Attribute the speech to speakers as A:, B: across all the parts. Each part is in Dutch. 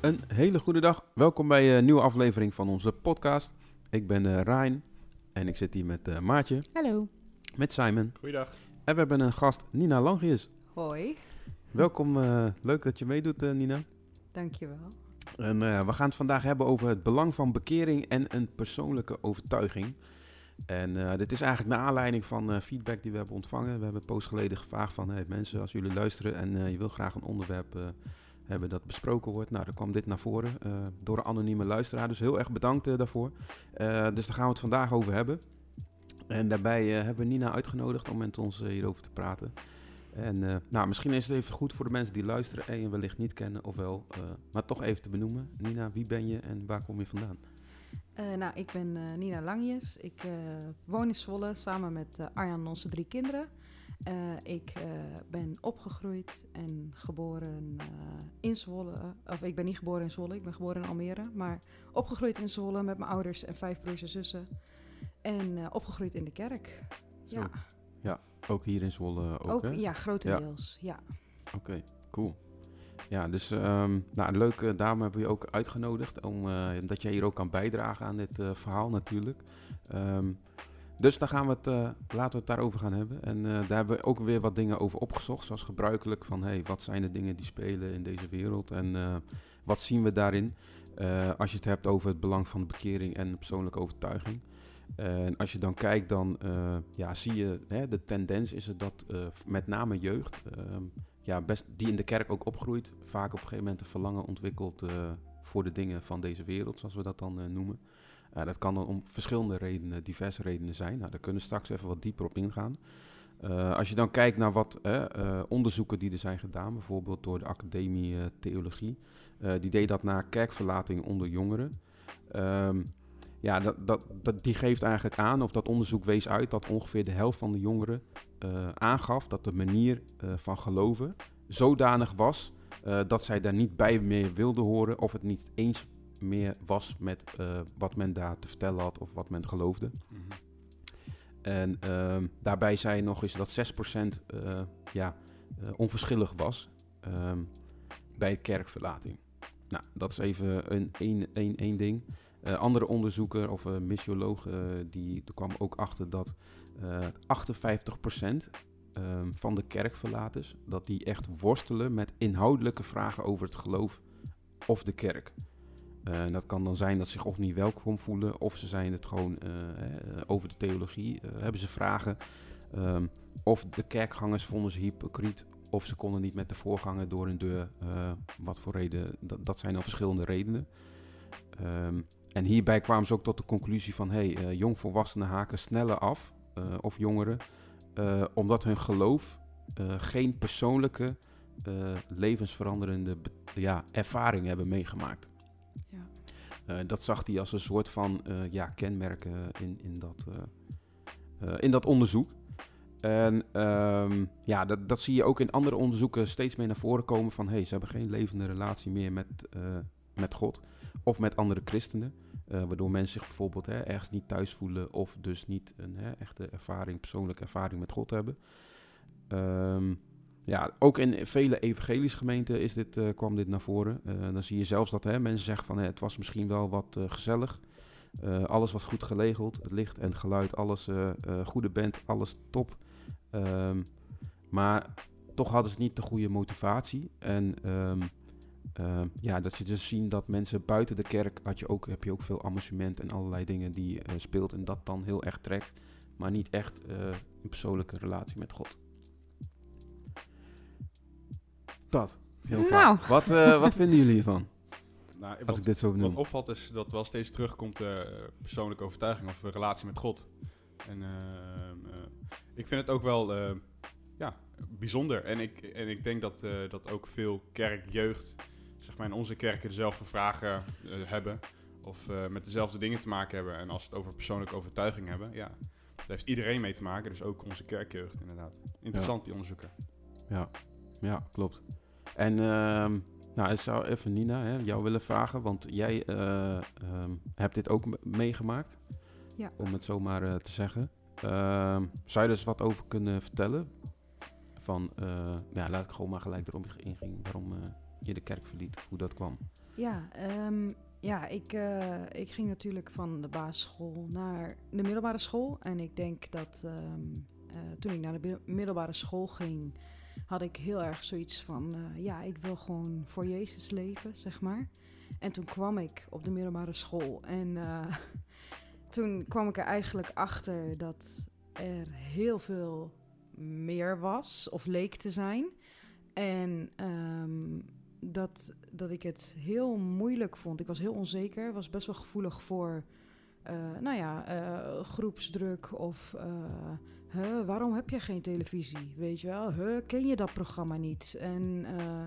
A: Een hele goede dag. Welkom bij een nieuwe aflevering van onze podcast. Ik ben Ryan en ik zit hier met Maartje,
B: Hallo.
A: met Simon.
C: Goeiedag.
A: En we hebben een gast, Nina Langius.
B: Hoi.
A: Welkom, leuk dat je meedoet, Nina.
B: Dankjewel.
A: En we gaan het vandaag hebben over het belang van bekering en een persoonlijke overtuiging. En dit is eigenlijk naar aanleiding van feedback die we hebben ontvangen. We hebben een post geleden gevraagd van hey, mensen, als jullie luisteren en je wil graag een onderwerp hebben dat besproken wordt. Nou, dan kwam dit naar voren door een anonieme luisteraar. Dus heel erg bedankt daarvoor. Dus daar gaan we het vandaag over hebben. En daarbij hebben we Nina uitgenodigd om met ons hierover te praten. En nou, misschien is het even goed voor de mensen die luisteren en je wellicht niet kennen of wel, maar toch even te benoemen. Nina, wie ben je en waar kom je vandaan?
B: Ik ben Nina Langius. Ik woon in Zwolle samen met Arjan en onze 3 kinderen. Ik ben opgegroeid en geboren in Zwolle. Of ik ben niet geboren in Zwolle, ik ben geboren in Almere. Maar opgegroeid in Zwolle met mijn ouders en 5 broers en zussen. En opgegroeid in de kerk.
A: Zo. Ja, ook hier in Zwolle ook, hè?
B: Ja, grotendeels, ja.
A: Oké, cool. Ja, dus leuk, daarom hebben we je ook uitgenodigd, omdat jij hier ook kan bijdragen aan dit verhaal natuurlijk. Dus daar gaan laten we het daarover gaan hebben. En daar hebben we ook weer wat dingen over opgezocht, zoals gebruikelijk van, hey, wat zijn de dingen die spelen in deze wereld en wat zien we daarin? Als je het hebt over het belang van de bekering en de persoonlijke overtuiging. En als je dan kijkt, dan zie je, de tendens is het dat met name jeugd, die in de kerk ook opgroeit, vaak op een gegeven moment een verlangen ontwikkelt voor de dingen van deze wereld, zoals we dat dan noemen. Dat kan dan om verschillende redenen, diverse redenen zijn. Nou, daar kunnen we straks even wat dieper op ingaan. Als je dan kijkt naar wat onderzoeken die er zijn gedaan, bijvoorbeeld door de Academie Theologie, die deed dat naar kerkverlating onder jongeren. Die geeft eigenlijk aan, of dat onderzoek wees uit, dat ongeveer de helft van de jongeren aangaf dat de manier van geloven zodanig was dat zij daar niet bij meer wilden horen of het niet eens meer was met wat men daar te vertellen had of wat men geloofde. Mm-hmm. En daarbij zei nog eens dat 6% onverschillig was bij kerkverlating. Nou, dat is even één ding. Andere onderzoeker of missioloog die kwam ook achter dat 58% van de kerkverlaters, dat die echt worstelen met inhoudelijke vragen over het geloof of de kerk. Dat kan dan zijn dat ze zich of niet welkom voelen, of ze zijn het gewoon over de theologie, hebben ze vragen. Of de kerkgangers vonden ze hypocriet, of ze konden niet met de voorganger door hun deur. Wat voor reden, dat zijn al verschillende redenen. En hierbij kwamen ze ook tot de conclusie van, jongvolwassenen haken sneller af, of jongeren, omdat hun geloof geen persoonlijke, levensveranderende ervaring hebben meegemaakt. Ja. Dat zag hij als een soort van kenmerken in dat onderzoek. En dat zie je ook in andere onderzoeken steeds meer naar voren komen van, ze hebben geen levende relatie meer met God of met andere christenen, waardoor mensen zich bijvoorbeeld ergens niet thuis voelen of dus niet een echte persoonlijke ervaring met God hebben. Ook in vele evangelische gemeenten kwam dit naar voren. Dan zie je zelfs dat mensen zeggen van het was misschien wel wat gezellig. Alles was goed geregeld, het licht en geluid, alles goede band, alles top. Maar toch hadden ze niet de goede motivatie. En dat je dus ziet dat mensen buiten de kerk heb je ook veel amusement en allerlei dingen die speelt en dat dan heel erg trekt, maar niet echt een persoonlijke relatie met God. Dat, heel vaak. Wat vinden jullie hiervan?
C: Nou,
A: als ik dit zo benoem.
C: Wat opvalt is dat wel steeds terugkomt persoonlijke overtuiging of relatie met God. En ik vind het ook wel bijzonder. En ik denk dat ook veel kerkjeugd, zeg maar in onze kerken, dezelfde vragen hebben. Of met dezelfde dingen te maken hebben. En als we het over persoonlijke overtuiging hebben, daar heeft iedereen mee te maken. Dus ook onze kerkjeugd inderdaad. Interessant, die onderzoeken.
A: Ja, klopt. En ik zou even Nina jou willen vragen, want jij hebt dit ook meegemaakt.
B: Ja.
A: Om het zo maar te zeggen. Zou je dus wat over kunnen vertellen? Laat ik gewoon maar gelijk erop ingingen waarom je de kerk verliet, hoe dat kwam.
B: Ik ging natuurlijk van de basisschool naar de middelbare school. En ik denk dat toen ik naar de middelbare school ging, had ik heel erg zoiets van, ik wil gewoon voor Jezus leven, zeg maar. En toen kwam ik op de middelbare school en toen kwam ik er eigenlijk achter dat er heel veel meer was of leek te zijn. En dat ik het heel moeilijk vond. Ik was heel onzeker, was best wel gevoelig voor groepsdruk of waarom heb je geen televisie? Weet je wel, ken je dat programma niet? En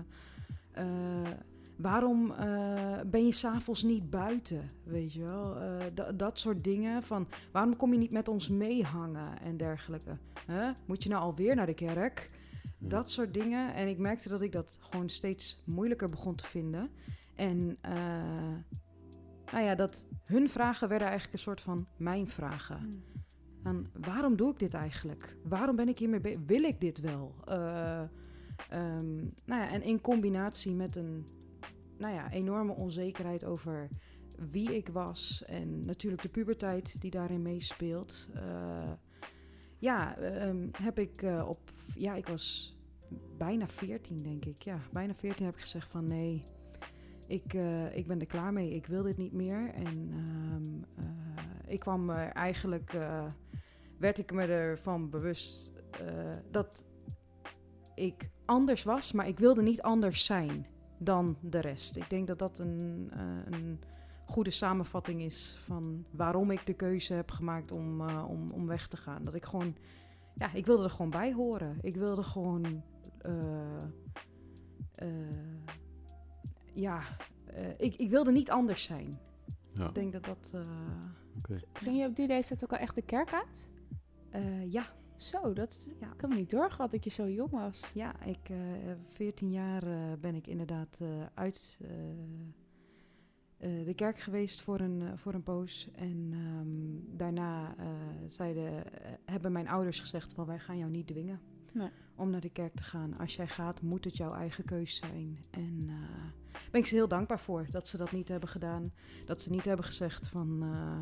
B: waarom ben je 's avonds niet buiten? Weet je wel, dat soort dingen van waarom kom je niet met ons meehangen en dergelijke? Moet je nou alweer naar de kerk?
A: Ja.
B: Dat soort dingen. En ik merkte dat ik dat gewoon steeds moeilijker begon te vinden. En dat hun vragen werden eigenlijk een soort van mijn vragen. En waarom doe ik dit eigenlijk? Waarom ben ik hiermee bezig? Wil ik dit wel? En in combinatie met een enorme onzekerheid over wie ik was. En natuurlijk de puberteit die daarin meespeelt. Ik was bijna 14, denk ik. Ja, bijna 14 heb ik gezegd van nee, ik ben er klaar mee. Ik wil dit niet meer. En ik kwam werd ik me ervan bewust dat ik anders was, maar ik wilde niet anders zijn dan de rest. Ik denk dat dat een goede samenvatting is van waarom ik de keuze heb gemaakt om weg te gaan. Dat ik gewoon, ik wilde er gewoon bij horen. Ik wilde gewoon, ik wilde niet anders zijn.
A: Ja.
B: Ik denk dat dat...
A: Okay.
D: Ging je op die leeftijd ook al echt de kerk uit?
B: Ja.
D: Zo, ik heb me niet doorgehad dat je zo jong was.
B: Ja, 14 jaar ben ik inderdaad uit de kerk geweest voor een poos. En daarna hebben mijn ouders gezegd van wij gaan jou niet dwingen om naar de kerk te gaan. Als jij gaat, moet het jouw eigen keus zijn. En ben ik ze heel dankbaar voor dat ze dat niet hebben gedaan. Dat ze niet hebben gezegd van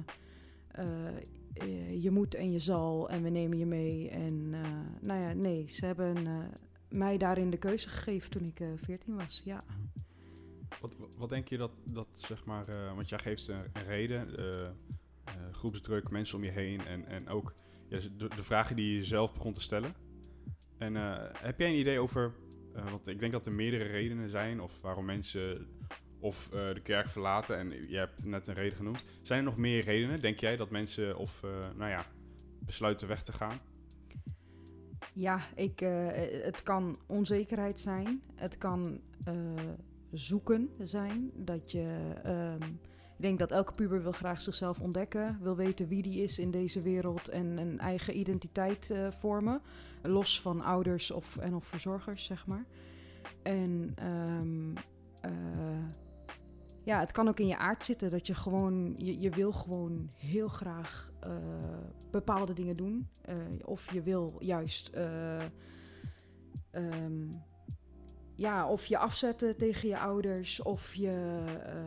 B: je moet en je zal en we nemen je mee. En nee, ze hebben mij daarin de keuze gegeven toen ik 14 was, ja.
C: Wat denk je dat zeg maar, want jij geeft een reden, groepsdruk, mensen om je heen en ook de vragen die je jezelf begon te stellen. En heb jij een idee over, want ik denk dat er meerdere redenen zijn of waarom mensen of de kerk verlaten en je hebt net een reden genoemd. Zijn er nog meer redenen, denk jij, dat mensen besluiten weg te gaan?
B: Ja, het kan onzekerheid zijn, het kan zoeken zijn, dat je... ik denk dat elke puber wil graag zichzelf ontdekken, wil weten wie die is in deze wereld en een eigen identiteit vormen, los van ouders of verzorgers, zeg maar. En het kan ook in je aard zitten dat je gewoon, je wil gewoon heel graag bepaalde dingen doen, of je wil juist of je afzetten tegen je ouders, of je...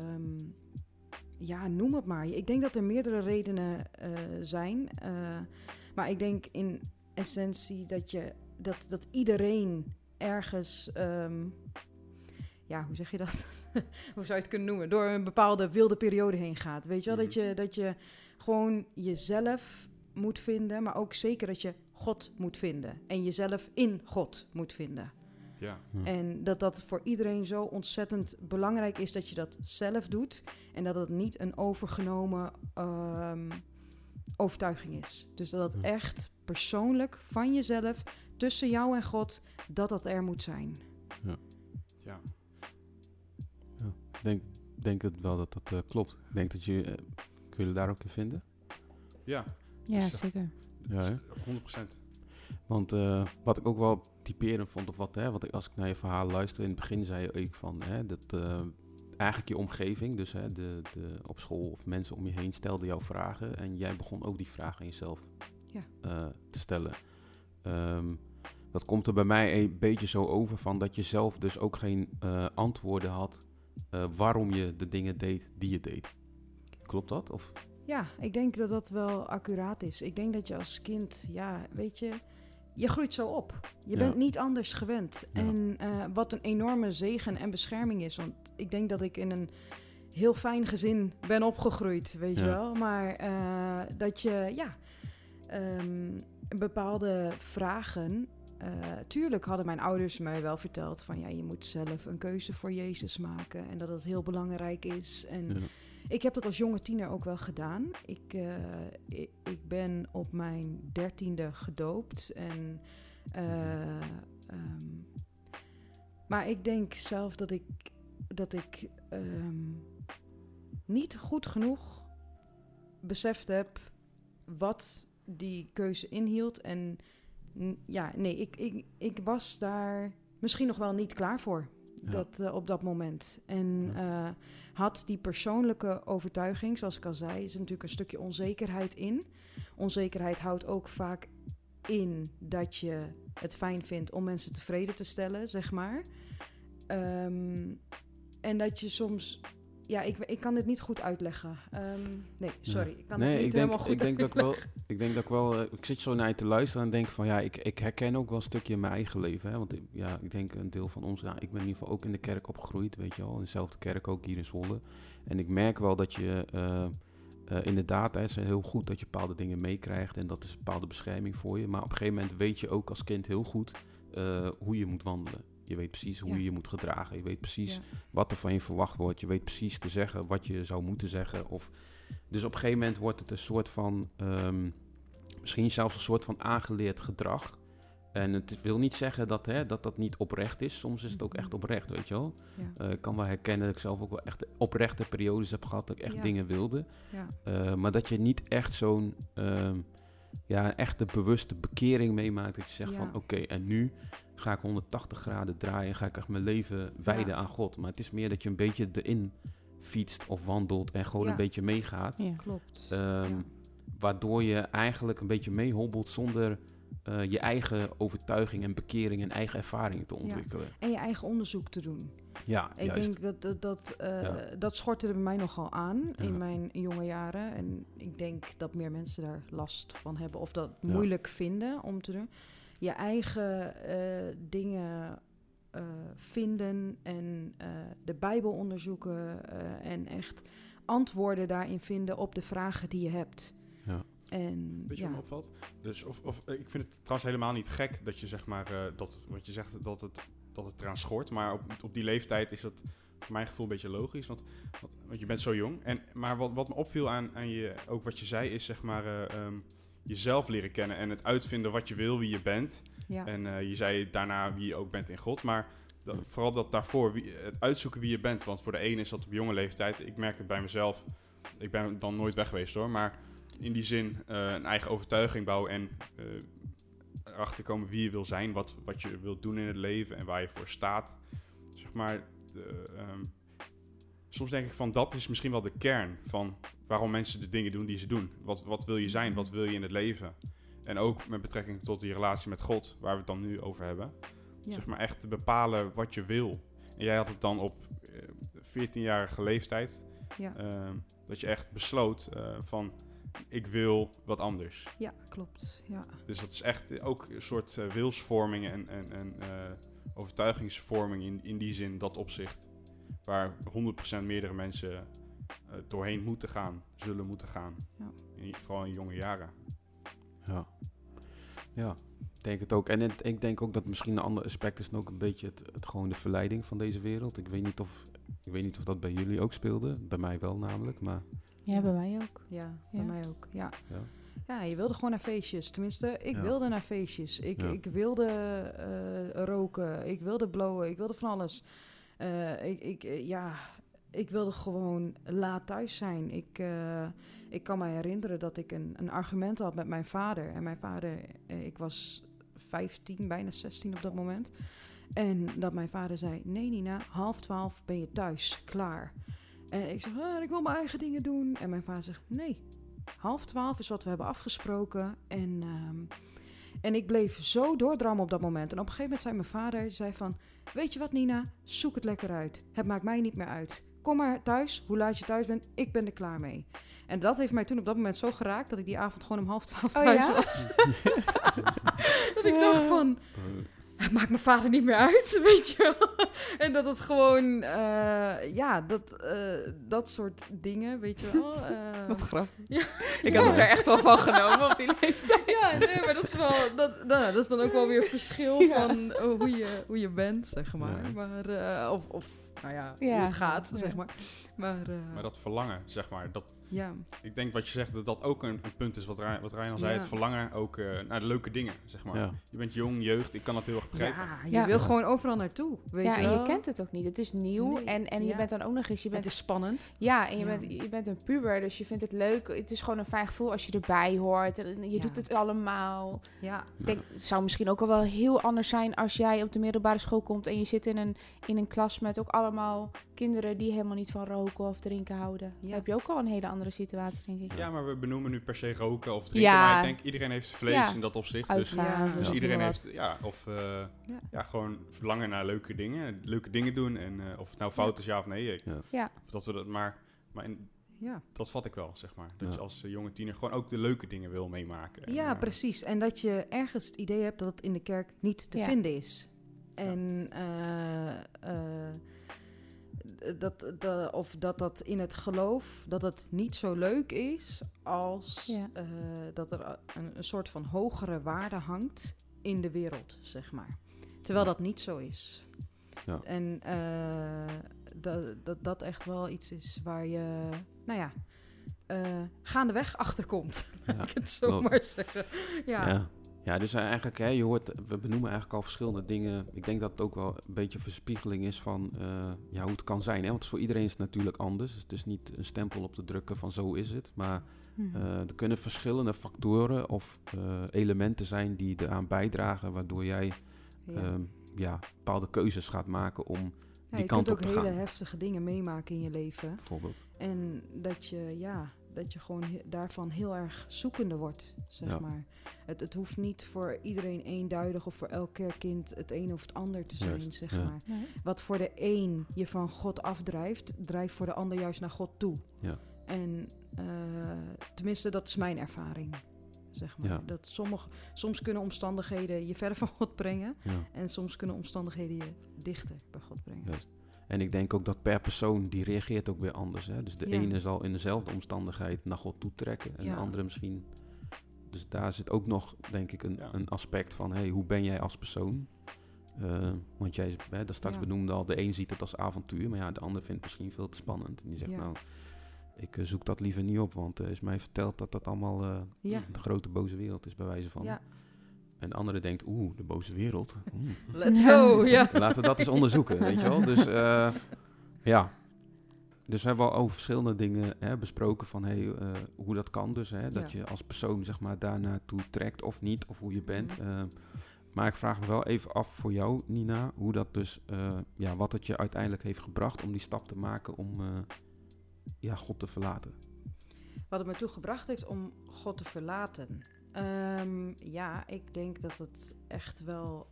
B: noem het maar. Ik denk dat er meerdere redenen zijn. Maar ik denk in essentie dat iedereen ergens... hoe zeg je dat? Hoe zou je het kunnen noemen? Door een bepaalde wilde periode heen gaat. Weet je wel? Dat je gewoon jezelf moet vinden. Maar ook zeker dat je God moet vinden. En jezelf in God moet vinden.
C: Ja.
B: En dat voor iedereen zo ontzettend belangrijk is dat je dat zelf doet. En dat het niet een overgenomen overtuiging is. Dus dat het echt persoonlijk van jezelf, tussen jou en God, dat er moet zijn.
C: Ja.
A: Ik denk het wel dat klopt. Ik denk dat kun je daar ook in vinden?
C: Ja.
D: Ja,
C: Dus,
D: zeker.
A: Ja, hè?
C: 100%.
A: Want wat ik ook wel typerend vond, of als ik naar je verhaal luister, in het begin zei je ook van, dat eigenlijk je omgeving, dus op school of mensen om je heen stelden jou vragen en jij begon ook die vragen aan jezelf te stellen. Dat komt er bij mij een beetje zo over van dat je zelf dus ook geen antwoorden had waarom je de dingen deed die je deed. Klopt dat? Of?
B: Ja, ik denk dat dat wel accuraat is. Ik denk dat je als kind, weet je groeit zo op. Je bent niet anders gewend.
A: Ja.
B: En wat een enorme zegen en bescherming is. Want ik denk dat ik in een heel fijn gezin ben opgegroeid, weet je wel. Maar dat je, bepaalde vragen... tuurlijk hadden mijn ouders mij wel verteld van... je moet zelf een keuze voor Jezus maken. En dat het heel belangrijk is. En ik heb dat als jonge tiener ook wel gedaan. Ik ben op mijn 13e gedoopt. En, maar ik denk zelf dat ik niet goed genoeg beseft heb wat die keuze inhield. En ik was daar misschien nog wel niet klaar voor. Op dat moment. En had die persoonlijke overtuiging, zoals ik al zei, is natuurlijk een stukje onzekerheid in. Onzekerheid houdt ook vaak in dat je het fijn vindt om mensen tevreden te stellen, zeg maar. En dat je soms... ik kan dit niet goed uitleggen. Nee, sorry. Ik kan het niet helemaal goed uitleggen.
A: Ik zit zo naar je te luisteren en denk van ik herken ook wel een stukje in mijn eigen leven. Hè? Want ik denk een deel van ons, ik ben in ieder geval ook in de kerk opgegroeid, weet je wel. In dezelfde kerk ook hier in Zwolle. En ik merk wel dat je inderdaad, het is heel goed dat je bepaalde dingen meekrijgt en dat is een bepaalde bescherming voor je. Maar op een gegeven moment weet je ook als kind heel goed hoe je moet wandelen. Je weet precies hoe je je moet gedragen. Je weet precies wat er van je verwacht wordt. Je weet precies te zeggen wat je zou moeten zeggen. Dus op een gegeven moment wordt het een soort van... misschien zelfs een soort van aangeleerd gedrag. En het wil niet zeggen dat niet oprecht is. Soms is het ook echt oprecht, weet je wel. Ja. Ik kan wel herkennen dat ik zelf ook wel echt oprechte periodes heb gehad... dat ik echt dingen wilde. Ja. Maar dat je niet echt zo'n... een echte bewuste bekering meemaakt. Dat je zegt van oké, en nu... ga ik 180 graden draaien, ga ik echt mijn leven wijden aan God. Maar het is meer dat je een beetje erin fietst of wandelt en gewoon een beetje meegaat.
B: Ja, klopt.
A: Waardoor je eigenlijk een beetje meehobbelt zonder je eigen overtuiging en bekering en eigen ervaringen te ontwikkelen.
B: En je eigen onderzoek te doen.
A: Ja,
B: ik denk dat schortte er bij mij nogal aan in mijn jonge jaren. En ik denk dat meer mensen daar last van hebben of dat moeilijk vinden om te doen. Je eigen dingen vinden en de Bijbel onderzoeken en echt antwoorden daarin vinden op de vragen die je hebt. Ja. En,
C: weet je wat me opvalt? Dus ik vind het trouwens helemaal niet gek dat je zeg maar dat wat je zegt dat het eraan schort, maar op die leeftijd is dat voor mijn gevoel een beetje logisch, want je bent zo jong. Maar wat me opviel aan je, ook wat je zei, is zeg maar jezelf leren kennen en het uitvinden wat je wil, wie je bent. Ja. En je zei daarna wie je ook bent in God, maar vooral dat daarvoor, het uitzoeken wie je bent. Want voor de ene is dat op jonge leeftijd, ik merk het bij mezelf, ik ben dan nooit weg geweest hoor, maar in die zin een eigen overtuiging bouwen en erachter komen wie je wil zijn, wat je wilt doen in het leven en waar je voor staat. Zeg maar, soms denk ik van dat is misschien wel de kern van waarom mensen de dingen doen die ze doen. Wat wil je zijn? Wat wil je in het leven? En ook met betrekking tot die relatie met God, waar we het dan nu over hebben. Ja. Zeg maar echt te bepalen wat je wil. En jij had het dan op 14-jarige leeftijd. Ja. Dat je echt besloot van ik wil wat anders.
B: Ja, klopt. Ja.
C: Dus dat is echt ook een soort wilsvorming en overtuigingsvorming in die zin, dat opzicht. Waar 100% meerdere mensen doorheen moeten gaan, zullen moeten gaan. Ja. Vooral in jonge jaren.
A: Ja, ik denk het ook. En ik denk ook dat misschien een ander aspect is ook een beetje het gewoon de verleiding van deze wereld. Ik weet niet of dat bij jullie ook speelde. Bij mij wel namelijk, maar...
D: Ja, bij mij ook.
B: Ja, bij mij ook, ja. Ja, je wilde gewoon naar feestjes. Tenminste, ik wilde naar feestjes. Ik wilde roken, ik wilde blowen, ik wilde van alles. Ik wilde gewoon laat thuis zijn. Ik kan me herinneren dat ik een argument had met mijn vader. En mijn vader, ik was 15, bijna 16 op dat moment. En dat mijn vader zei, nee Nina, 11:30 ben je thuis, klaar. En ik zeg, ik wil mijn eigen dingen doen. En mijn vader zegt, nee, 11:30 is wat we hebben afgesproken. En En ik bleef zo doordrammen op dat moment. En op een gegeven moment zei mijn vader, zei van... Weet je wat, Nina? Zoek het lekker uit. Het maakt mij niet meer uit. Kom maar thuis, hoe laat je thuis bent. Ik ben er klaar mee. En dat heeft mij toen op dat moment zo geraakt... dat ik die avond gewoon om 11:30 thuis was. Dat ik dacht van... Het maakt mijn vader niet meer uit, weet je wel. En dat het gewoon... dat soort dingen, weet je wel.
D: Wat grappig.
B: Ja.
D: Ik had het er echt wel van genomen op die leeftijd.
B: Ja, nee, maar dat is wel... Dat is dan ook wel weer verschil van hoe je bent, zeg maar.
A: Ja.
B: Maar, hoe het gaat, zeg maar.
C: Maar dat verlangen, zeg maar,
B: ja.
C: ik denk wat je zegt, dat dat ook een punt is wat Ryan al zei.
B: Ja.
C: Het verlangen ook naar de leuke dingen, zeg maar.
A: Ja.
C: Je bent jong, jeugd, ik kan dat heel erg begrijpen.
B: Ja, je
D: Ja.
B: wil gewoon overal naartoe, weet
D: Ja,
B: je
D: en
B: wel.
D: je kent het ook niet. Het is nieuw
B: Nee.
D: en je
B: Ja.
D: bent dan ook nog eens... Je bent,
B: Het is spannend.
D: ja, en
B: Ja.
D: je bent een puber, dus je vindt het leuk. Het is gewoon een fijn gevoel als je erbij hoort. En je
B: Ja.
D: doet het allemaal.
B: Ja.
D: Ik denk, het zou misschien ook wel heel anders zijn als jij op de middelbare school komt... en je zit in een klas met ook allemaal kinderen die helemaal niet van roken of drinken houden.
B: Ja.
D: Dan heb je ook al een hele andere situatie, denk ik.
C: Ja, maar we benoemen nu per se roken of drinken.
D: Ja.
C: Maar ik denk, iedereen heeft vlees
D: Ja.
C: in dat opzicht.
D: Uitgaan.
B: Ja.
C: Dus
D: of
C: iedereen
D: wat.
C: heeft, gewoon verlangen naar leuke dingen doen. En of het nou fout is, ja of nee.
D: Ja.
C: Of dat we dat, maar
B: Ja.
C: dat vat ik wel, zeg maar. Dat
A: Ja.
C: je als jonge tiener gewoon ook de leuke dingen wil meemaken. En,
B: Ja, precies. En dat je ergens het idee hebt dat het in de kerk niet te
D: Ja.
B: vinden is. En dat in het geloof dat het niet zo leuk is als
D: Ja.
B: dat er een soort van hogere waarde hangt in de wereld, zeg maar. Terwijl dat niet zo is.
A: Ja.
B: En dat echt wel iets is waar je, gaandeweg achterkomt. Laat ik het zo
A: klopt.
B: maar zeggen. Ja.
A: Ja, dus eigenlijk, we benoemen eigenlijk al verschillende dingen. Ik denk dat het ook wel een beetje een verspiegeling is van hoe het kan zijn. Hè? Want voor iedereen is het natuurlijk anders. Dus het is niet een stempel op te drukken van zo is het. Maar er kunnen verschillende factoren of elementen zijn die eraan bijdragen, waardoor jij bepaalde keuzes gaat maken om die
B: je
A: kant
B: kunt
A: op
B: ook
A: te
B: hele
A: gaan.
B: heftige dingen meemaken in je leven.
A: Bijvoorbeeld.
B: En dat je gewoon daarvan heel erg zoekende wordt, zeg
A: Ja.
B: maar. Het hoeft niet voor iedereen eenduidig of voor elk kerkkind het een of het ander te zijn,
A: Juist,
B: zeg
A: ja.
B: maar.
D: Nee.
B: Wat voor de een je van God afdrijft, drijft voor de ander juist naar God toe.
A: Ja.
B: En tenminste, dat is mijn ervaring, zeg maar.
A: Ja.
B: Dat soms kunnen omstandigheden je verder van God brengen.
A: Ja.
B: En soms kunnen omstandigheden je dichter bij God brengen.
A: Juist. En ik denk ook dat per persoon, die reageert ook weer anders. Hè? Dus de
B: Ja.
A: ene zal in dezelfde omstandigheid naar God toe trekken en
B: Ja.
A: de andere misschien. Dus daar zit ook nog, denk ik,
C: Ja.
A: een aspect van, hoe ben jij als persoon? Want jij, dat straks
B: Ja.
A: benoemde al, de een ziet het als avontuur, maar de ander vindt het misschien veel te spannend. En die zegt,
B: Ja.
A: nou, ik zoek dat liever niet op, want is mij verteld dat dat allemaal
B: Ja.
A: de grote boze wereld is, bij wijze van.
B: Ja.
A: En de andere denkt, de boze wereld.
B: Let's go, ja.
A: Laten we dat eens onderzoeken, weet je wel. Dus Dus we hebben al over verschillende dingen besproken van hoe dat kan dus. Dat
B: Ja.
A: je als persoon zeg maar daar naartoe trekt of niet, of hoe je bent.
B: Mhm.
A: Maar ik vraag me wel even af voor jou, Nina, hoe dat dus, wat het je uiteindelijk heeft gebracht om die stap te maken om God te verlaten.
B: Wat het me toe gebracht heeft om God te verlaten. Ik denk dat het echt wel...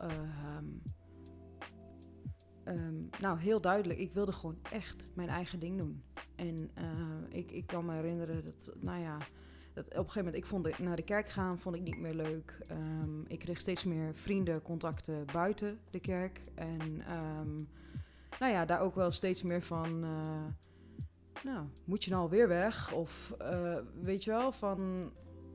B: heel duidelijk. Ik wilde gewoon echt mijn eigen ding doen. En ik kan me herinneren dat, dat op een gegeven moment... Ik vond naar de kerk gaan vond ik niet meer leuk. Ik kreeg steeds meer vriendencontacten buiten de kerk. En daar ook wel steeds meer van... moet je nou alweer weg? Of weet je wel, van...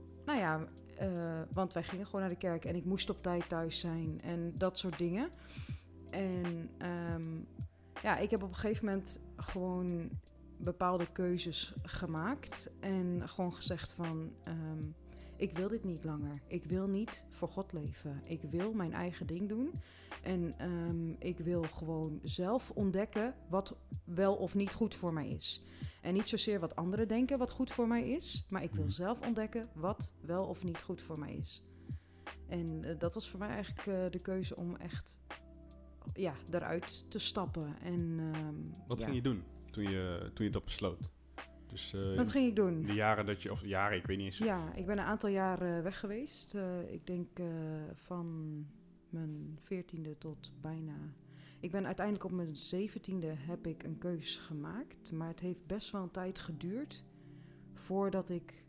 B: want wij gingen gewoon naar de kerk en ik moest op tijd thuis zijn en dat soort dingen. En ik heb op een gegeven moment gewoon bepaalde keuzes gemaakt en gewoon gezegd van... ik wil dit niet langer. Ik wil niet voor God leven. Ik wil mijn eigen ding doen. En ik wil gewoon zelf ontdekken wat wel of niet goed voor mij is. En niet zozeer wat anderen denken wat goed voor mij is. Maar ik wil zelf ontdekken wat wel of niet goed voor mij is. En dat was voor mij eigenlijk de keuze om echt eruit te stappen. En,
C: Wat ging je doen toen je dat besloot? Dus
B: Wat ging ik doen?
C: de jaren dat je, of jaren, ik weet niet eens.
B: Ja, ik ben een aantal jaar weg geweest. Ik denk van mijn 14e tot bijna... Ik ben uiteindelijk op mijn 17e heb ik een keus gemaakt. Maar het heeft best wel een tijd geduurd voordat ik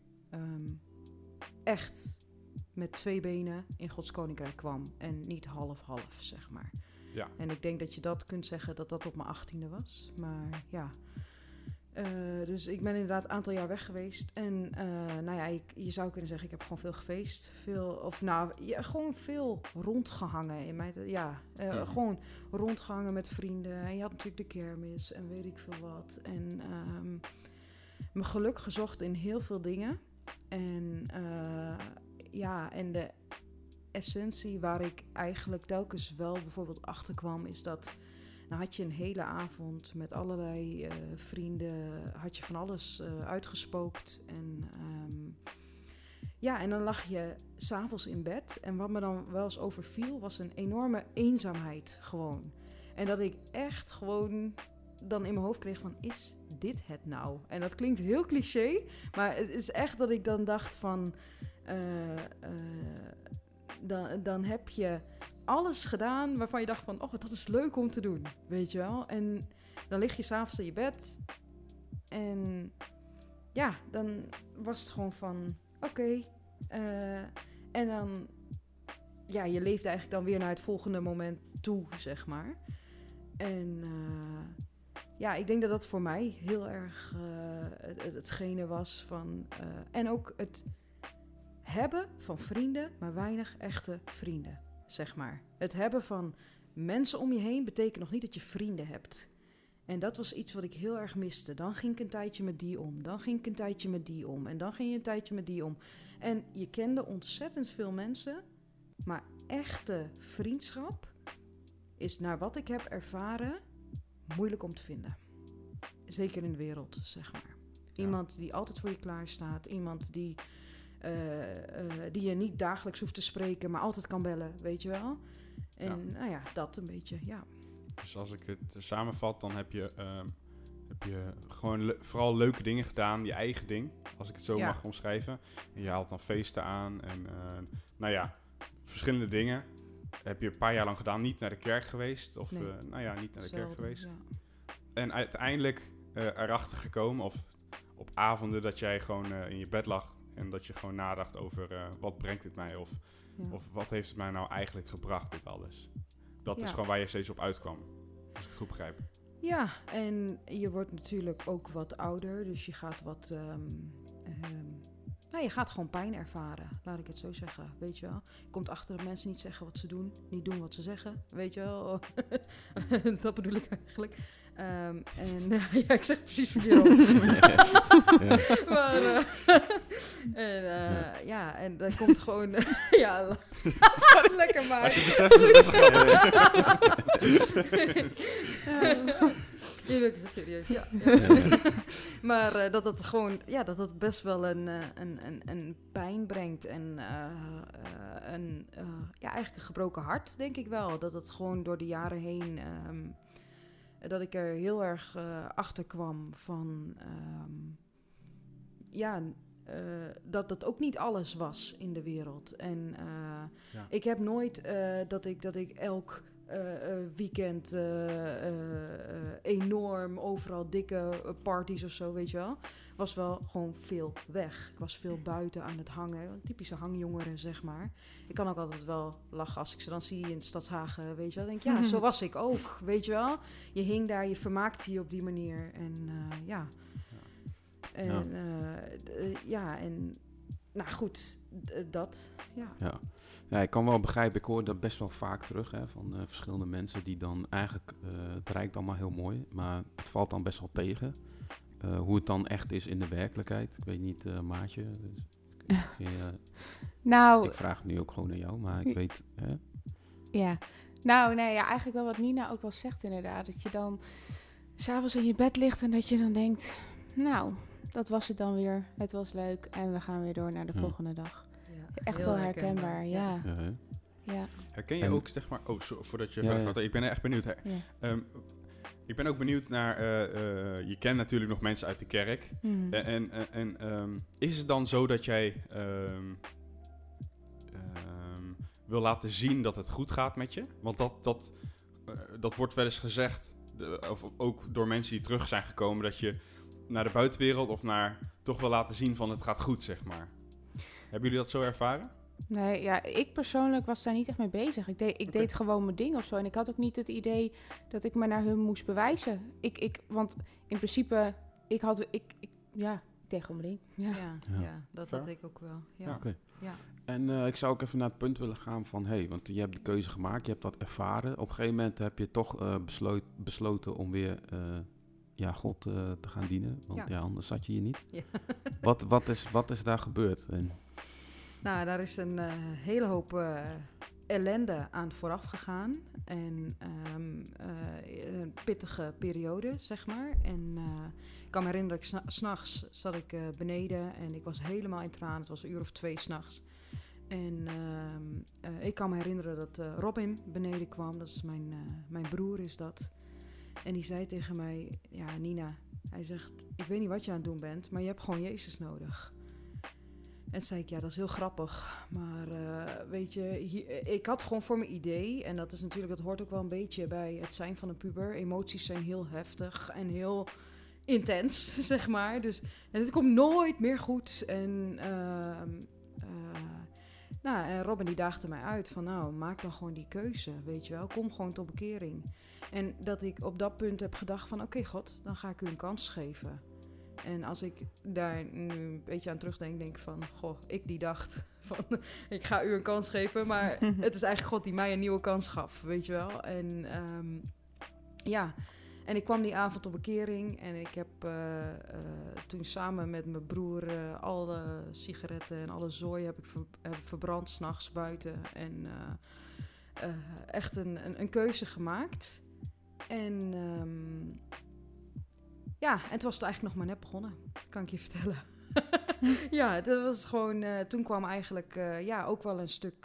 B: echt met 2 benen in Gods Koninkrijk kwam. En niet half-half, zeg maar.
C: Ja.
B: En ik denk dat je dat kunt zeggen dat dat op mijn 18e was. Maar ja... dus ik ben inderdaad een aantal jaar weg geweest. En nou ja, je zou kunnen zeggen, ik heb gewoon veel gefeest. Gewoon veel rondgehangen. Gewoon rondgehangen met vrienden. En je had natuurlijk de kermis en weet ik veel wat. En mijn geluk gezocht in heel veel dingen. En en de essentie waar ik eigenlijk telkens wel bijvoorbeeld achter kwam, is dat... Dan had je een hele avond met allerlei vrienden, had je van alles uitgespookt. En dan lag je 's avonds in bed. En wat me dan wel eens overviel, was een enorme eenzaamheid gewoon. En dat ik echt gewoon dan in mijn hoofd kreeg van, is dit het nou? En dat klinkt heel cliché, maar het is echt dat ik dan dacht van... Dan heb je... alles gedaan waarvan je dacht van... oh, dat is leuk om te doen, weet je wel. En dan lig je 's avonds in je bed. En ja, dan was het gewoon van... oké. En dan... ja, je leeft eigenlijk dan weer naar het volgende moment toe, zeg maar. En ik denk dat dat voor mij heel erg hetgene was van... en ook het hebben van vrienden, maar weinig echte vrienden. Zeg maar. Het hebben van mensen om je heen betekent nog niet dat je vrienden hebt. En dat was iets wat ik heel erg miste. Dan ging ik een tijdje met die om. Dan ging ik een tijdje met die om. En dan ging je een tijdje met die om. En je kende ontzettend veel mensen. Maar echte vriendschap is, naar wat ik heb ervaren, moeilijk om te vinden. Zeker in de wereld, zeg maar. Iemand die altijd voor je klaar staat. Iemand die je niet dagelijks hoeft te spreken, maar altijd kan bellen, weet je wel. En dat een beetje, ja.
C: Dus als ik het samenvat, dan heb je gewoon vooral leuke dingen gedaan, je eigen ding, als ik het zo mag omschrijven. En je haalt dan feesten aan en verschillende dingen. Heb je een paar jaar lang gedaan, niet naar de kerk geweest. Of niet naar de kerk geweest. Ja. En uiteindelijk erachter gekomen, of op avonden dat jij gewoon in je bed lag en dat je gewoon nadacht over wat brengt het mij, of wat heeft het mij nou eigenlijk gebracht, dit alles. Dat is gewoon waar je steeds op uitkwam, als ik het goed begrijp.
B: Ja, en je wordt natuurlijk ook wat ouder, dus je gaat wat... je gaat gewoon pijn ervaren, laat ik het zo zeggen, weet je wel. Je komt achter dat mensen niet zeggen wat ze doen, niet doen wat ze zeggen, weet je wel. Dat bedoel ik eigenlijk. Ik zeg precies verkeerd op. Maar, en dan komt gewoon... lekker maar.
C: Als je beseft dat het
B: serieus, ja. Maar dat het gewoon... Ja, dat het best wel een pijn brengt. En eigenlijk een gebroken hart, denk ik wel. Dat het gewoon door de jaren heen... dat ik er heel erg achter kwam van... dat dat ook niet alles was in de wereld. En ik heb nooit dat ik elk weekend enorm overal dikke parties of zo, weet je wel. Was wel gewoon veel weg. Ik was veel buiten aan het hangen. Typische hangjongeren, zeg maar. Ik kan ook altijd wel lachen als ik ze dan zie in Stadshagen, weet je wel. Denk zo was ik ook, weet je wel. Je hing daar, je vermaakte je op die manier. En dat.
A: Ja, ik kan wel begrijpen, ik hoor dat best wel vaak terug van verschillende mensen die dan eigenlijk, het lijkt allemaal heel mooi, maar het valt dan best wel tegen. Hoe het dan echt is in de werkelijkheid. Ik weet niet, Maatje. Dus ik vraag het nu ook gewoon aan jou, maar ik weet...
D: Ja, eigenlijk wel wat Nina ook wel zegt inderdaad. Dat je dan 's avonds in je bed ligt en dat je dan denkt... Nou, dat was het dan weer. Het was leuk en we gaan weer door naar de volgende dag. Ja, echt wel herkenbaar, ja.
C: Herken je ook, zeg maar... voordat je verder gaat. Ik ben echt benieuwd. Ik ben ook benieuwd naar, je kent natuurlijk nog mensen uit de kerk.
D: Mhm.
C: Is het dan zo dat jij wil laten zien dat het goed gaat met je? Want dat wordt wel eens gezegd, of ook door mensen die terug zijn gekomen, dat je naar de buitenwereld of naar toch wel laten zien van het gaat goed, zeg maar. Hebben jullie dat zo ervaren?
D: Nee, ja, ik persoonlijk was daar niet echt mee bezig. Ik deed gewoon mijn ding of zo. En ik had ook niet het idee dat ik me naar hun moest bewijzen. Want in principe, ik deed gewoon mijn ding. Ja.
B: Ja, dat
C: Fair.
B: had ik ook wel. Ja.
C: Ja.
A: Oké.
B: Ja.
A: En ik zou ook even naar het punt willen gaan van... want je hebt de keuze gemaakt, je hebt dat ervaren. Op een gegeven moment heb je toch besloten om weer God te gaan dienen. Want
B: Ja.
A: anders zat je hier niet.
B: Ja.
A: Wat is daar gebeurd?
B: Nou, daar is een hele hoop ellende aan vooraf gegaan. En een pittige periode, zeg maar. En ik kan me herinneren dat ik 's nachts zat ik beneden en ik was helemaal in tranen. Het was 1 uur of 2 s'nachts. En ik kan me herinneren dat Robin beneden kwam. Dat is mijn broer is dat. En die zei tegen mij, ja Nina, hij zegt, ik weet niet wat je aan het doen bent, maar je hebt gewoon Jezus nodig. En toen zei ik, ja, dat is heel grappig. Maar weet je, ik had gewoon voor mijn idee, en dat is natuurlijk, dat hoort ook wel een beetje bij het zijn van een puber. Emoties zijn heel heftig en heel intens, zeg maar. Dus, en het komt nooit meer goed. En en Robin die daagde mij uit van, nou, maak dan gewoon die keuze, weet je wel. Kom gewoon tot bekering. En dat ik op dat punt heb gedacht van, oké, God, dan ga ik u een kans geven. En als ik daar nu een beetje aan terugdenk, denk ik van... Goh, ik die dacht van, ik ga u een kans geven. Maar het is eigenlijk God die mij een nieuwe kans gaf, weet je wel. En en ik kwam die avond op bekering. En ik heb toen samen met mijn broer alle sigaretten en alle zooi heb ik verbrand 's nachts buiten. En echt een keuze gemaakt. En... en het was eigenlijk nog maar net begonnen, kan ik je vertellen. Ja, dat was gewoon... toen kwam eigenlijk ook wel een stuk...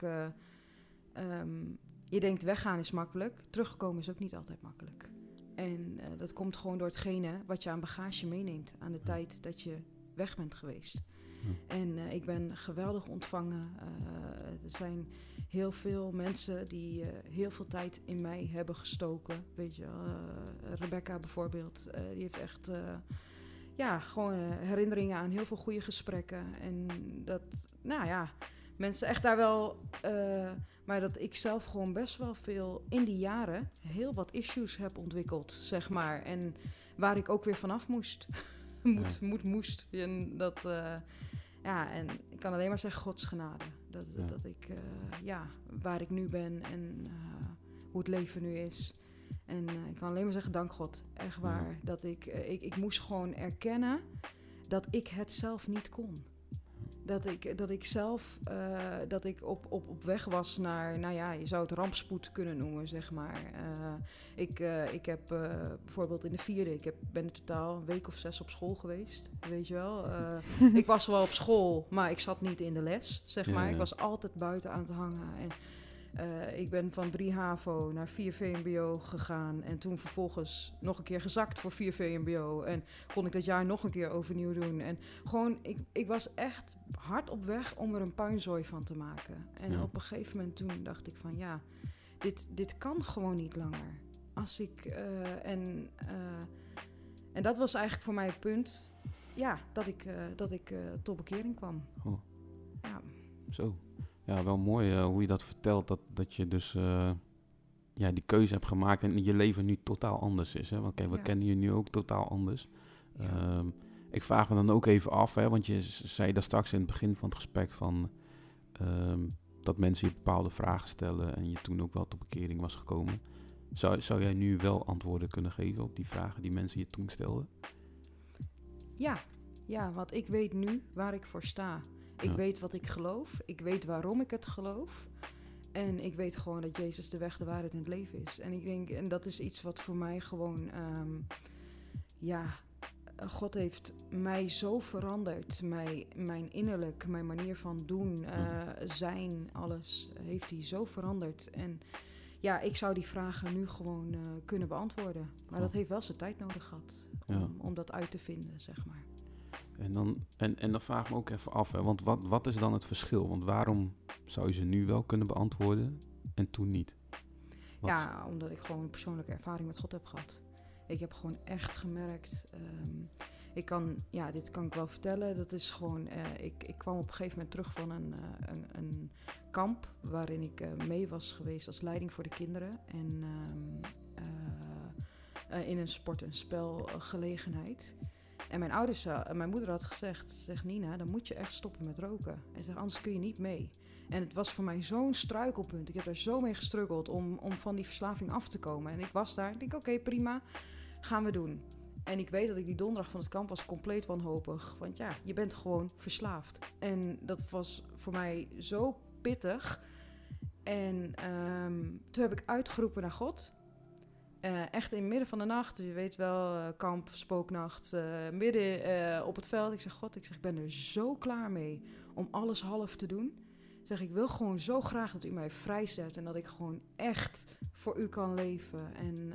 B: je denkt weggaan is makkelijk. Terugkomen is ook niet altijd makkelijk. En dat komt gewoon door hetgene wat je aan bagage meeneemt. Aan de tijd dat je weg bent geweest. En ik ben geweldig ontvangen. Er zijn heel veel mensen die heel veel tijd in mij hebben gestoken. Weet je wel, Rebecca bijvoorbeeld. Die heeft echt gewoon herinneringen aan heel veel goede gesprekken. En dat, mensen echt daar wel... maar dat ik zelf gewoon best wel veel in die jaren heel wat issues heb ontwikkeld, zeg maar. En waar ik ook weer vanaf moest. moest. En dat... en ik kan alleen maar zeggen Gods genade. Dat ik, waar ik nu ben en hoe het leven nu is. En ik kan alleen maar zeggen dank God. Echt waar. Dat ik moest gewoon erkennen dat ik het zelf niet kon. Dat ik zelf op weg was naar, je zou het rampspoed kunnen noemen, zeg maar. Ik heb bijvoorbeeld in de 4e, ben in totaal een week of 6 op school geweest, weet je wel. Ik was wel op school, maar ik zat niet in de les, zeg maar. Ik was altijd buiten aan het hangen. En ik ben van 3 HAVO naar 4 VMBO gegaan en toen vervolgens nog een keer gezakt voor 4 VMBO. En kon ik dat jaar nog een keer overnieuw doen. En gewoon, ik was echt hard op weg om er een puinzooi van te maken. En op een gegeven moment toen dacht ik van dit kan gewoon niet langer. Als ik, en dat was eigenlijk voor mij het punt, dat ik tot bekering kwam.
A: Oh.
B: Ja.
A: Zo. Ja, wel mooi hoe je dat vertelt, dat je dus die keuze hebt gemaakt en je leven nu totaal anders is. Hè? Want kijk, we kennen je nu ook totaal anders. Ja. Ik vraag me dan ook even af, hè, want je zei daar straks in het begin van het gesprek van dat mensen je bepaalde vragen stellen en je toen ook wel tot bekering was gekomen. Zou jij nu wel antwoorden kunnen geven op die vragen die mensen je toen stelden?
B: Ja, want ik weet nu waar ik voor sta. Ik weet wat ik geloof. Ik weet waarom ik het geloof. En ik weet gewoon dat Jezus de weg, de waarheid en het leven is. En ik denk, en dat is iets wat voor mij gewoon... God heeft mij zo veranderd. Mijn innerlijk, mijn manier van doen, zijn, alles heeft hij zo veranderd. En ja, ik zou die vragen nu gewoon kunnen beantwoorden. Maar
A: Cool.
B: dat heeft wel zijn tijd nodig gehad om dat uit te vinden, zeg maar.
A: En dan vraag ik me ook even af, hè, want wat is dan het verschil? Want waarom zou je ze nu wel kunnen beantwoorden en toen niet?
B: Ja, omdat ik gewoon een persoonlijke ervaring met God heb gehad. Ik heb gewoon echt gemerkt... dit kan ik wel vertellen. Dat is gewoon... ik kwam op een gegeven moment terug van een kamp... waarin ik mee was geweest als leiding voor de kinderen. En in een sport- en spelgelegenheid. En mijn moeder had gezegd... Zegt Nina, dan moet je echt stoppen met roken. En zegt, anders kun je niet mee. En het was voor mij zo'n struikelpunt. Ik heb daar zo mee gestruggeld om van die verslaving af te komen. En ik was daar. Ik denk, oké, prima. Gaan we doen. En ik weet dat ik die donderdag van het kamp was compleet wanhopig. Want ja, je bent gewoon verslaafd. En dat was voor mij zo pittig. En toen heb ik uitgeroepen naar God. Echt in het midden van de nacht. Je weet wel, kamp, spooknacht. Midden op het veld. Ik zeg, God, ik ben er zo klaar mee om alles half te doen. Ik wil gewoon zo graag dat u mij vrijzet. En dat ik gewoon echt voor u kan leven. En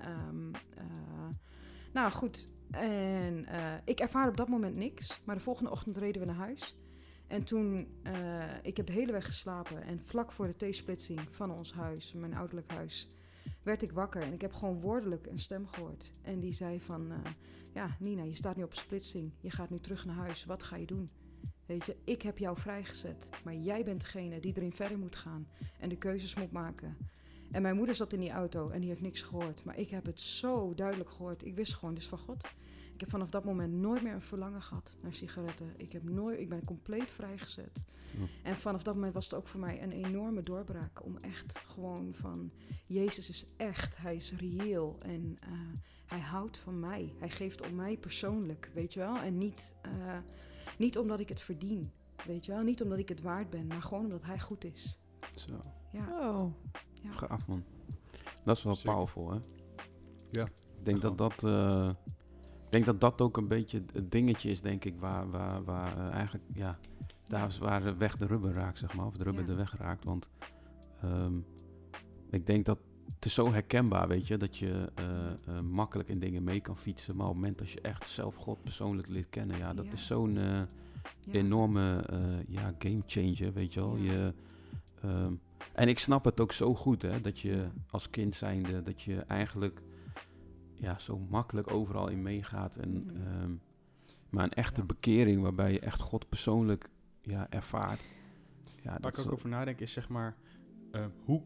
B: nou goed... En ik ervaarde op dat moment niks. Maar de volgende ochtend reden we naar huis. En toen, ik heb de hele weg geslapen. En vlak voor de T-splitsing van ons huis, mijn ouderlijk huis, werd ik wakker. En ik heb gewoon woordelijk een stem gehoord. En die zei van, ja Nina, je staat nu op een splitsing. Je gaat nu terug naar huis. Wat ga je doen? Weet je, ik heb jou vrijgezet. Maar jij bent degene die erin verder moet gaan. En de keuzes moet maken. En mijn moeder zat in die auto en die heeft niks gehoord. Maar ik heb het zo duidelijk gehoord. Ik wist gewoon, dit is van God. Ik heb vanaf dat moment nooit meer een verlangen gehad naar sigaretten. Ik ben compleet vrijgezet.
A: Ja.
B: En vanaf dat moment was het ook voor mij een enorme doorbraak. Om echt gewoon van, Jezus is echt, hij is reëel. En hij houdt van mij. Hij geeft om mij persoonlijk, weet je wel. En niet omdat ik het verdien, weet je wel. Niet omdat ik het waard ben, maar gewoon omdat hij goed is.
A: Zo,
B: Ja.
D: Oh.
B: Ja.
A: gaaf man. Dat is wel
C: Zeker.
A: powerful, hè?
C: Ja.
A: Ik denk dat dat ook een beetje het dingetje is, denk ik, waar eigenlijk, ja, daar is waar de weg de rubber raakt, zeg maar. Of de rubber
B: Ja.
A: de weg raakt. Want ik denk dat het is zo herkenbaar, weet je, dat je makkelijk in dingen mee kan fietsen. Maar op het moment dat je echt zelf God persoonlijk leert kennen, ja, dat
B: Ja.
A: is zo'n
B: Ja.
A: enorme game changer, weet je wel.
B: Ja.
A: En ik snap het ook zo goed, hè, dat je
B: Ja.
A: als kind zijnde, dat je eigenlijk ja, zo makkelijk overal in meegaat. En,
B: Mhm.
A: maar een echte
C: Ja.
A: bekering waarbij je echt God persoonlijk ervaart. Ja,
C: Waar
A: dat
C: ik
A: is
C: ook over nadenk is zeg maar, hoe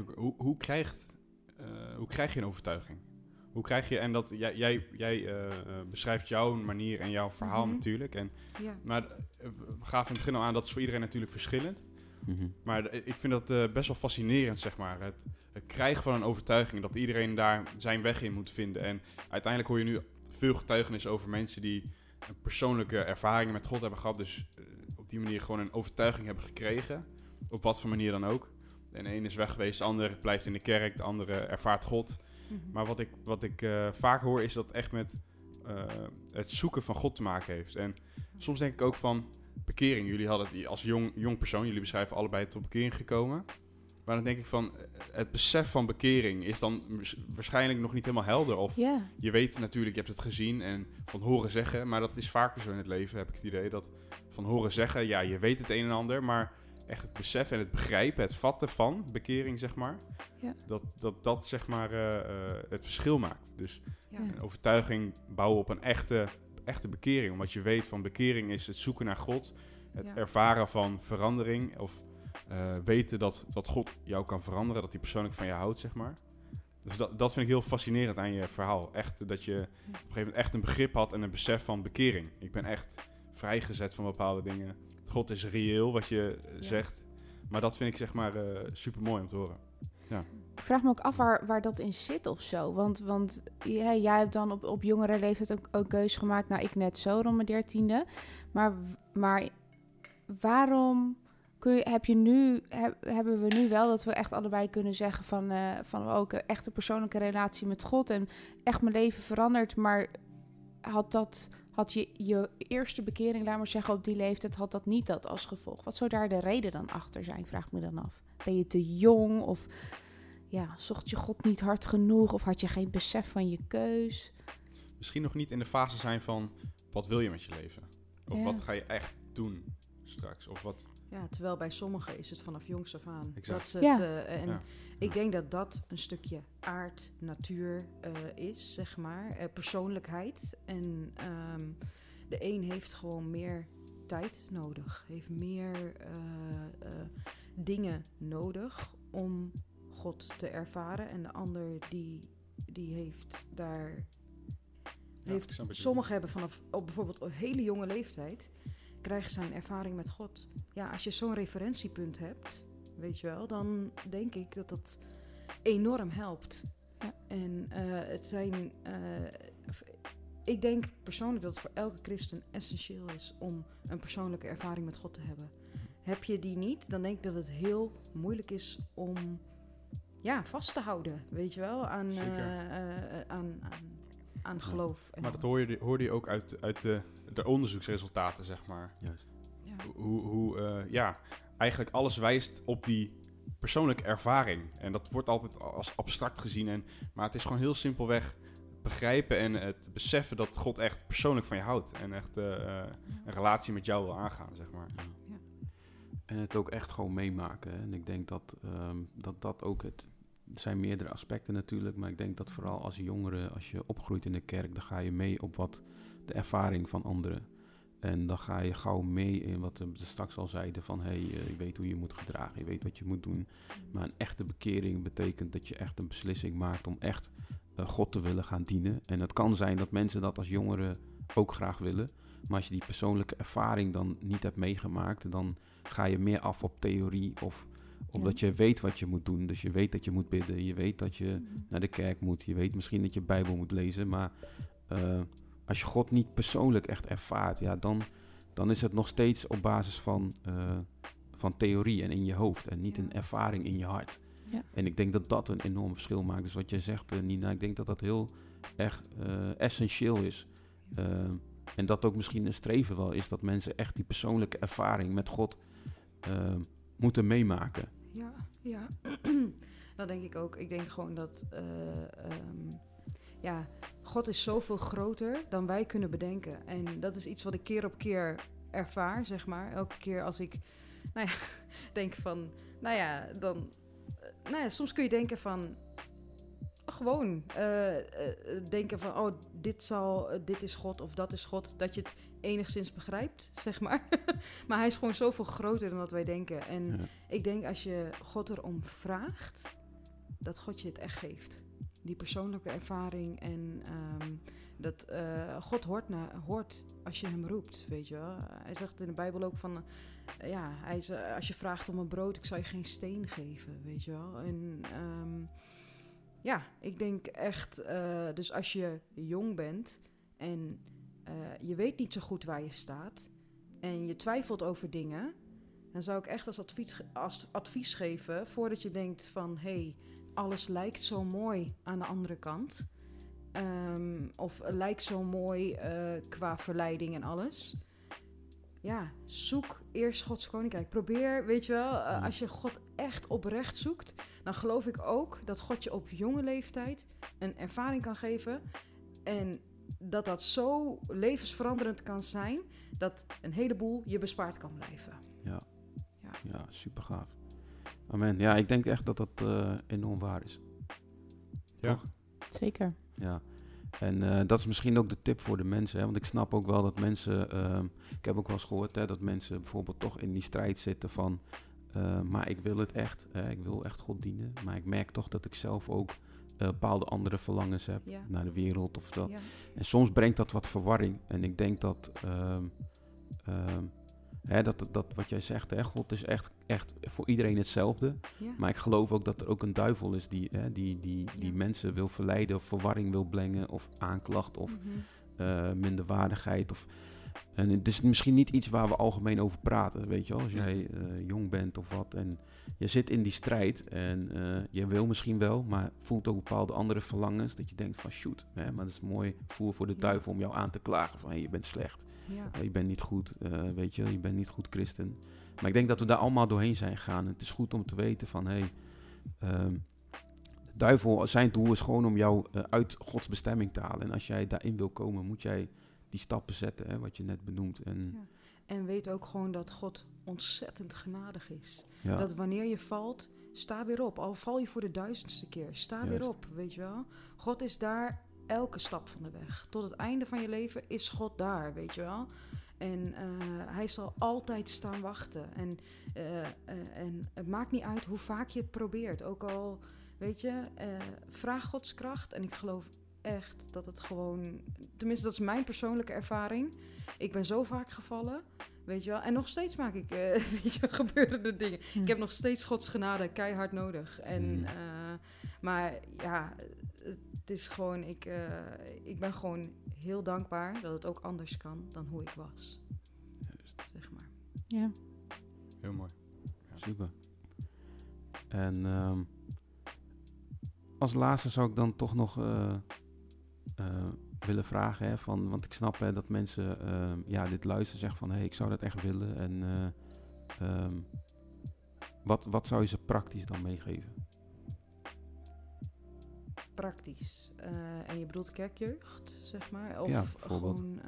C: krijg je een overtuiging? Hoe krijg je, en dat jij beschrijft jouw manier en jouw verhaal
B: Mhm.
C: natuurlijk.
B: Ja.
C: Maar we gaven in het begin al aan, dat is voor iedereen natuurlijk verschillend.
A: Mhm.
C: Maar ik vind dat best wel fascinerend, zeg maar. Het krijgen van een overtuiging, dat iedereen daar zijn weg in moet vinden. En uiteindelijk hoor je nu veel getuigenissen over mensen die een persoonlijke ervaringen met God hebben gehad. Dus op die manier gewoon een overtuiging hebben gekregen. Op wat voor manier dan ook. De een is weg geweest, de ander blijft in de kerk, de andere ervaart God.
B: Mhm.
C: Maar wat ik vaak hoor is dat het echt met het zoeken van God te maken heeft. En soms denk ik ook van bekering. Jullie hadden het als jong persoon, jullie beschrijven allebei tot bekering gekomen. Maar dan denk ik van, het besef van bekering is dan waarschijnlijk nog niet helemaal helder. Of
D: Ja.
C: je weet natuurlijk, je hebt het gezien en van horen zeggen. Maar dat is vaker zo in het leven, heb ik het idee. Dat van horen zeggen, ja, je weet het een en ander. Maar echt het besef en het begrijpen, het vatten van bekering, zeg maar.
D: Ja.
C: Dat zeg maar het verschil maakt. Dus
B: Ja.
C: een overtuiging bouwen op een echte bekering. Omdat je weet van bekering is het zoeken naar God. Het
B: Ja.
C: ervaren van verandering. Of weten dat God jou kan veranderen. Dat hij persoonlijk van je houdt, zeg maar. Dus dat vind ik heel fascinerend aan je verhaal. Echt dat je op een gegeven moment echt een begrip had en een besef van bekering. Ik ben echt vrijgezet van bepaalde dingen. God is reëel, wat je zegt. Maar dat vind ik zeg maar super mooi om te horen.
D: Ik vraag me ook af waar dat in zit of zo. Want jij hebt dan op jongere leeftijd ook keuze gemaakt. Nou, ik net zo rond mijn 13e. Maar waarom hebben we nu wel dat we echt allebei kunnen zeggen van ook een echte persoonlijke relatie met God en echt mijn leven veranderd. Maar had je eerste bekering, laat maar zeggen, op die leeftijd, had dat niet dat als gevolg? Wat zou daar de reden dan achter zijn, vraag ik me dan af. Ben je te jong of zocht je God niet hard genoeg of had je geen besef van je keus?
C: Misschien nog niet in de fase zijn van, wat wil je met je leven? Of
D: Ja.
C: wat ga je echt doen straks? Of wat...
B: Ja, terwijl bij sommigen is het vanaf jongs af aan.
C: Exact.
B: Dat ze
D: Ja.
B: en
C: Ja.
B: ik denk dat dat een stukje aard, natuur is, zeg maar. Persoonlijkheid. En de een heeft gewoon meer tijd nodig. Heeft meer dingen nodig om God te ervaren. En de ander die heeft daar...
C: Ja, ik snap wat je
B: Sommigen hebben vanaf op bijvoorbeeld een hele jonge leeftijd... krijgen zij een ervaring met God. Ja, als je zo'n referentiepunt hebt, weet je wel, dan denk ik dat dat enorm helpt.
D: Ja.
B: En het zijn... ik denk persoonlijk dat het voor elke christen essentieel is om een persoonlijke ervaring met God te hebben. Heb je die niet, dan denk ik dat het heel moeilijk is om vast te houden, weet je wel, aan,
C: Zeker.
B: aan geloof. En
C: Maar dat hoorde je ook uit de onderzoeksresultaten, zeg maar.
A: Juist.
B: Ja.
C: Eigenlijk alles wijst op die persoonlijke ervaring. En dat wordt altijd als abstract gezien. Maar het is gewoon heel simpelweg begrijpen en het beseffen dat God echt persoonlijk van je houdt. En echt een relatie met jou wil aangaan, zeg maar.
A: Ja.
B: Ja.
A: En het ook echt gewoon meemaken. Hè. En ik denk dat ook het zijn meerdere aspecten natuurlijk. Maar ik denk dat vooral als jongere, als je opgroeit in de kerk, dan ga je mee op wat de ervaring van anderen. En dan ga je gauw mee in wat we straks al zeiden van je weet hoe je moet gedragen, je weet wat je moet doen. Maar een echte bekering betekent dat je echt een beslissing maakt om echt God te willen gaan dienen. En het kan zijn dat mensen dat als jongeren ook graag willen. Maar als je die persoonlijke ervaring dan niet hebt meegemaakt, dan ga je meer af op theorie of omdat je weet wat je moet doen. Dus je weet dat je moet bidden, je weet dat je naar de kerk moet, je weet misschien dat je Bijbel moet lezen. Maar als je God niet persoonlijk echt ervaart, dan is het nog steeds op basis van theorie en in je hoofd en niet een ervaring in je hart.
D: Ja.
A: En ik denk dat dat een enorm verschil maakt. Dus wat jij zegt, Nina, ik denk dat dat heel erg essentieel is. En dat ook misschien een streven wel is dat mensen echt die persoonlijke ervaring met God moeten meemaken.
B: Ja. Dat denk ik ook. Ik denk gewoon dat... God is zoveel groter dan wij kunnen bedenken. En dat is iets wat ik keer op keer ervaar, zeg maar. Elke keer als ik, denk van... soms kun je denken van... Gewoon denken van... Oh, dit is God of dat is God. Dat je het enigszins begrijpt, zeg maar. Maar hij is gewoon zoveel groter dan wat wij denken. En ik denk als je God erom vraagt... dat God je het echt geeft. Die persoonlijke ervaring en dat God hoort als je hem roept, weet je wel. Hij zegt in de Bijbel ook van, als je vraagt om een brood, ik zal je geen steen geven, weet je wel. En ik denk echt, dus als je jong bent en je weet niet zo goed waar je staat en je twijfelt over dingen, dan zou ik echt als advies geven, voordat je denkt van, alles lijkt zo mooi aan de andere kant. Of lijkt zo mooi qua verleiding en alles. Ja, zoek eerst Gods koninkrijk. Probeer, weet je wel, als je God echt oprecht zoekt, dan geloof ik ook dat God je op jonge leeftijd een ervaring kan geven. En dat zo levensveranderend kan zijn, dat een heleboel je bespaard kan blijven.
A: Ja, super gaaf. Amen. Ja, ik denk echt dat dat enorm waar is.
C: Ja.
A: Toch?
D: Zeker.
A: Ja. En dat is misschien ook de tip voor de mensen. Hè? Want ik snap ook wel dat mensen... ik heb ook wel eens gehoord dat mensen bijvoorbeeld toch in die strijd zitten van... maar ik wil het echt. Ik wil echt God dienen. Maar ik merk toch dat ik zelf ook bepaalde andere verlangens heb naar de wereld. Of dat.
B: Ja.
A: En soms brengt dat wat verwarring. En ik denk dat... dat wat jij zegt, God is echt voor iedereen hetzelfde.
B: Ja.
A: Maar ik geloof ook dat er ook een duivel is die mensen wil verleiden of verwarring wil brengen of aanklacht of minderwaardigheid. En het is misschien niet iets waar we algemeen over praten, weet je wel. Als jij jong bent of wat en je zit in die strijd en je wil misschien wel, maar voelt ook bepaalde andere verlangens dat je denkt van shoot, maar dat is mooi voer voor de duivel om jou aan te klagen van je bent slecht.
B: Ja.
A: Je bent niet goed, weet je, je bent niet goed christen. Maar ik denk dat we daar allemaal doorheen zijn gegaan. Het is goed om te weten van, duivel, zijn doel is gewoon om jou uit Gods bestemming te halen. En als jij daarin wil komen, moet jij die stappen zetten, hè, wat je net benoemt. En,
B: Ja. En weet ook gewoon dat God ontzettend genadig is.
A: ja,
B: Dat wanneer je valt, sta weer op. Al val je voor de 1000ste keer, sta weer
A: Juist.
B: op, weet je wel. God is daar elke stap van de weg. Tot het einde van je leven is God daar, weet je wel. En hij zal altijd staan wachten. En het maakt niet uit hoe vaak je het probeert. Ook al, weet je, vraag Gods kracht. En ik geloof echt dat het gewoon... Tenminste, dat is mijn persoonlijke ervaring. Ik ben zo vaak gevallen, weet je wel. En nog steeds maak ik, weet je, gebeuren er dingen. Ik heb nog steeds Gods genade keihard nodig. En, maar ja, het is gewoon... Ik ben gewoon heel dankbaar dat het ook anders kan dan hoe ik was. Zeg maar.
D: Ja.
C: Heel mooi.
A: super. En als laatste zou ik dan toch nog willen vragen, hè, want ik snap dat mensen dit luisteren, zeggen van, hey, ik zou dat echt willen. En wat zou je ze praktisch dan meegeven?
B: Praktisch. En je bedoelt kerkjeugd, zeg maar? Of
A: Ja, bijvoorbeeld.
B: gewoon...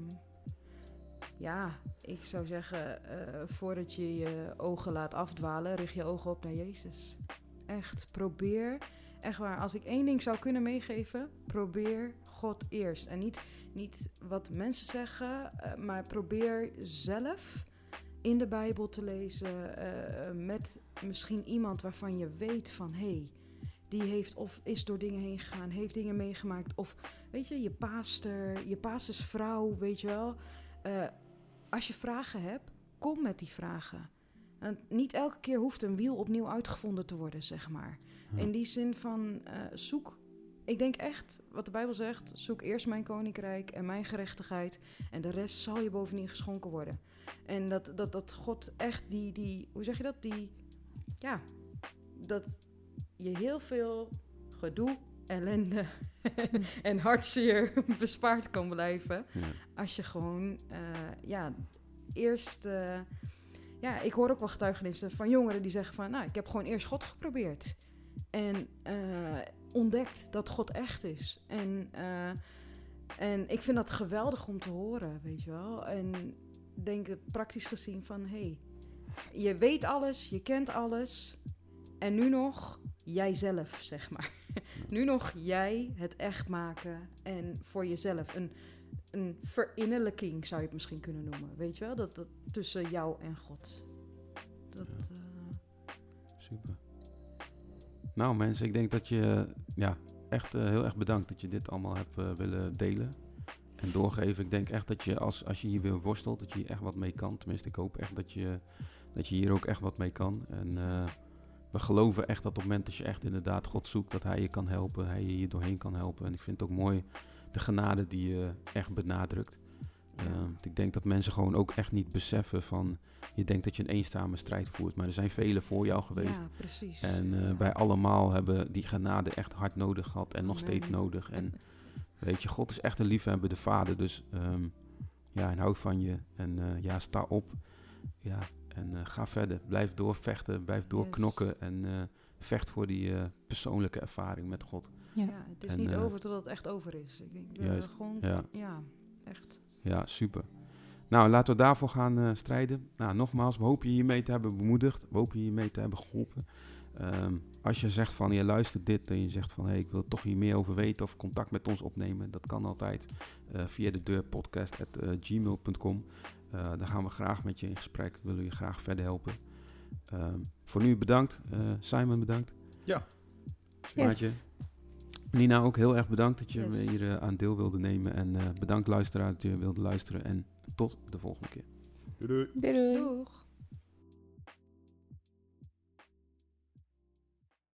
B: ik zou zeggen, voordat je je ogen laat afdwalen, richt je ogen op naar Jezus. Echt, probeer, echt waar, als ik één ding zou kunnen meegeven, probeer God eerst. En niet wat mensen zeggen, maar probeer zelf in de Bijbel te lezen met misschien iemand waarvan je weet van, hey, die heeft of is door dingen heen gegaan, heeft dingen meegemaakt. Of, weet je, je pastorsvrouw, weet je wel. Als je vragen hebt, kom met die vragen. En niet elke keer hoeft een wiel opnieuw uitgevonden te worden, zeg maar.
A: Ja.
B: In die zin van zoek. Ik denk echt, wat de Bijbel zegt, zoek eerst mijn koninkrijk en mijn gerechtigheid. En de rest zal je bovendien geschonken worden. En dat God echt hoe zeg je dat? Dat je heel veel gedoe, ellende en hartzeer bespaard kan blijven.
A: Ja.
B: Als je gewoon, eerst... ik hoor ook wel getuigenissen van jongeren die zeggen van... Nou, ik heb gewoon eerst God geprobeerd. En ontdekt dat God echt is. En ik vind dat geweldig om te horen, weet je wel. En denk het praktisch gezien van... Hey, je weet alles, je kent alles. En nu nog jijzelf, zeg maar. Nu nog jij het echt maken. En voor jezelf een verinnerlijking zou je het misschien kunnen noemen. Weet je wel? Dat tussen jou en God.
A: Super. Nou mensen, ik denk dat je echt heel erg bedankt dat je dit allemaal hebt willen delen en doorgeven. Ik denk echt dat je als je hier weer worstelt, dat je hier echt wat mee kan. Tenminste, ik hoop echt dat je hier ook echt wat mee kan. En we geloven echt dat op het moment dat je echt inderdaad God zoekt, dat hij je kan helpen, hij je hier doorheen kan helpen. En ik vind het ook mooi de genade die je echt benadrukt. Ik denk dat mensen gewoon ook echt niet beseffen van... Je denkt dat je een eenzame strijd voert, maar er zijn velen voor jou geweest.
B: Ja, precies.
A: En wij allemaal hebben die genade echt hard nodig gehad en nog
B: Amen.
A: steeds nodig. En weet je, God is echt een liefhebbende vader, dus en hou van je. En sta op. Ja, en ga verder. Blijf doorvechten, blijf doorknokken en vecht voor die persoonlijke ervaring met God.
B: Ja, het is niet over totdat het echt over is. Ik denk,
A: juist,
B: gewoon, echt.
A: Ja, super. Nou, laten we daarvoor gaan strijden. Nou, nogmaals, we hopen je hiermee te hebben bemoedigd. We hopen je hiermee te hebben geholpen. Als je zegt van, je luistert dit en je zegt van, hey, ik wil toch hier meer over weten of contact met ons opnemen. Dat kan altijd via de deurpodcast@gmail.com. Daar gaan we graag met je in gesprek. We willen je graag verder helpen. Voor nu bedankt. Simon, bedankt.
C: Ja.
A: Maatje. Nina, ook heel erg bedankt dat je
B: Yes.
A: hier aan deel wilde nemen. En bedankt luisteraar dat je wilde luisteren. En tot de volgende keer.
C: Doei.
D: Doei doei.
B: Doeg.